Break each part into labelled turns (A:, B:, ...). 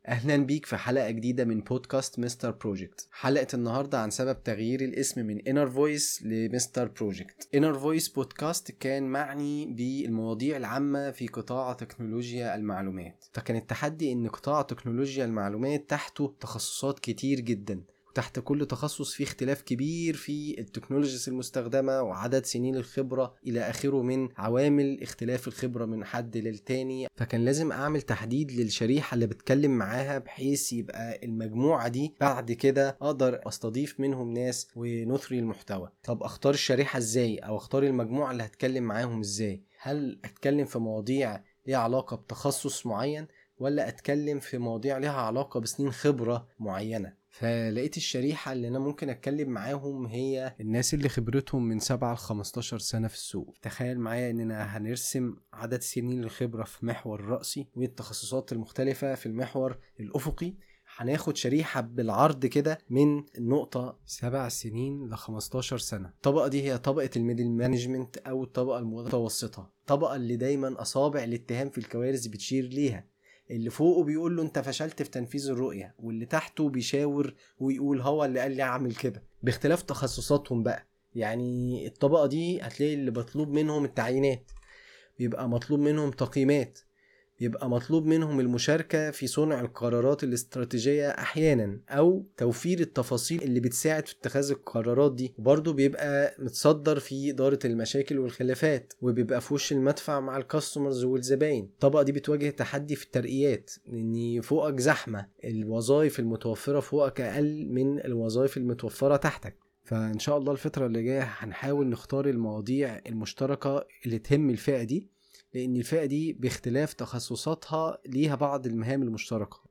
A: اهلا بيك في حلقة جديدة من بودكاست مستر بروجكت. حلقة النهاردة عن سبب تغيير الاسم من Inner Voice لمستر بروجكت. Inner Voice بودكاست كان معني بالمواضيع العامة في قطاع تكنولوجيا المعلومات، فكان التحدي ان قطاع تكنولوجيا المعلومات تحته تخصصات كتير جدا، وتحت كل تخصص فيه اختلاف كبير في التكنولوجيز المستخدمة وعدد سنين الخبرة إلى آخره من عوامل اختلاف الخبرة من حد للتاني. فكان لازم أعمل تحديد للشريحة اللي بتكلم معاها بحيث يبقى المجموعة دي بعد كده أقدر أستضيف منهم ناس ونثري المحتوى. طب أختار الشريحة إزاي، أو أختار المجموعة اللي هتكلم معاهم إزاي؟ هل أتكلم في مواضيع ليها علاقة بتخصص معين، ولا أتكلم في مواضيع ليها علاقة بسنين خبرة معينة؟ فلقيت الشريحة اللي أنا ممكن أتكلم معاهم هي الناس اللي خبرتهم من 7 ل 15 سنة في السوق. تخيل معايا إننا هنرسم عدد سنين الخبرة في محور الرأسي والتخصصات المختلفة في المحور الأفقي. هناخد شريحة بالعرض كده من النقطة 7 سنين ل 15 سنة. الطبقة دي هي طبقة الميدل مانجمنت أو الطبقة المتوسطة، الطبقة اللي دايما أصابع الاتهام في الكوارث بتشير ليها. اللي فوقه بيقول له انت فشلت في تنفيذ الرؤية، واللي تحته بيشاور ويقول هو اللي قال لي اعمل كده، باختلاف تخصصاتهم بقى. يعني الطبقة دي هتلاقي اللي مطلوب منهم التعيينات، بيبقى مطلوب منهم تقييمات، يبقى مطلوب منهم المشاركة في صنع القرارات الاستراتيجية أحيانا، أو توفير التفاصيل اللي بتساعد في اتخاذ القرارات دي. وبرضه بيبقى متصدر في إدارة المشاكل والخلافات، وبيبقى في وش المدفع مع الكاستمرز والزباين. الطبقة دي بتواجه تحدي في الترقيات، لأن فوقك زحمة، الوظائف المتوفرة فوقك أقل من الوظائف المتوفرة تحتك. فإن شاء الله الفترة اللي جاية هنحاول نختار المواضيع المشتركة اللي تهم الفئة دي، لأن الفئة دي باختلاف تخصصاتها ليها بعض المهام المشتركة،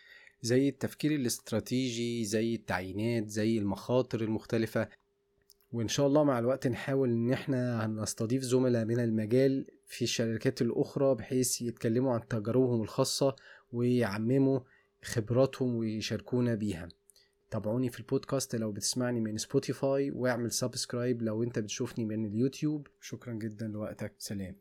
A: زي التفكير الاستراتيجي، زي التعيينات، زي المخاطر المختلفة. وإن شاء الله مع الوقت نحاول إن احنا هنستضيف زملاء من المجال في الشركات الأخرى بحيث يتكلموا عن تجاربهم الخاصة ويعمموا خبراتهم ويشاركونا بيها. تابعوني في البودكاست لو بتسمعني من سبوتيفاي، واعمل سبسكرايب لو انت بتشوفني من اليوتيوب. شكرا جدا لوقتك، سلام.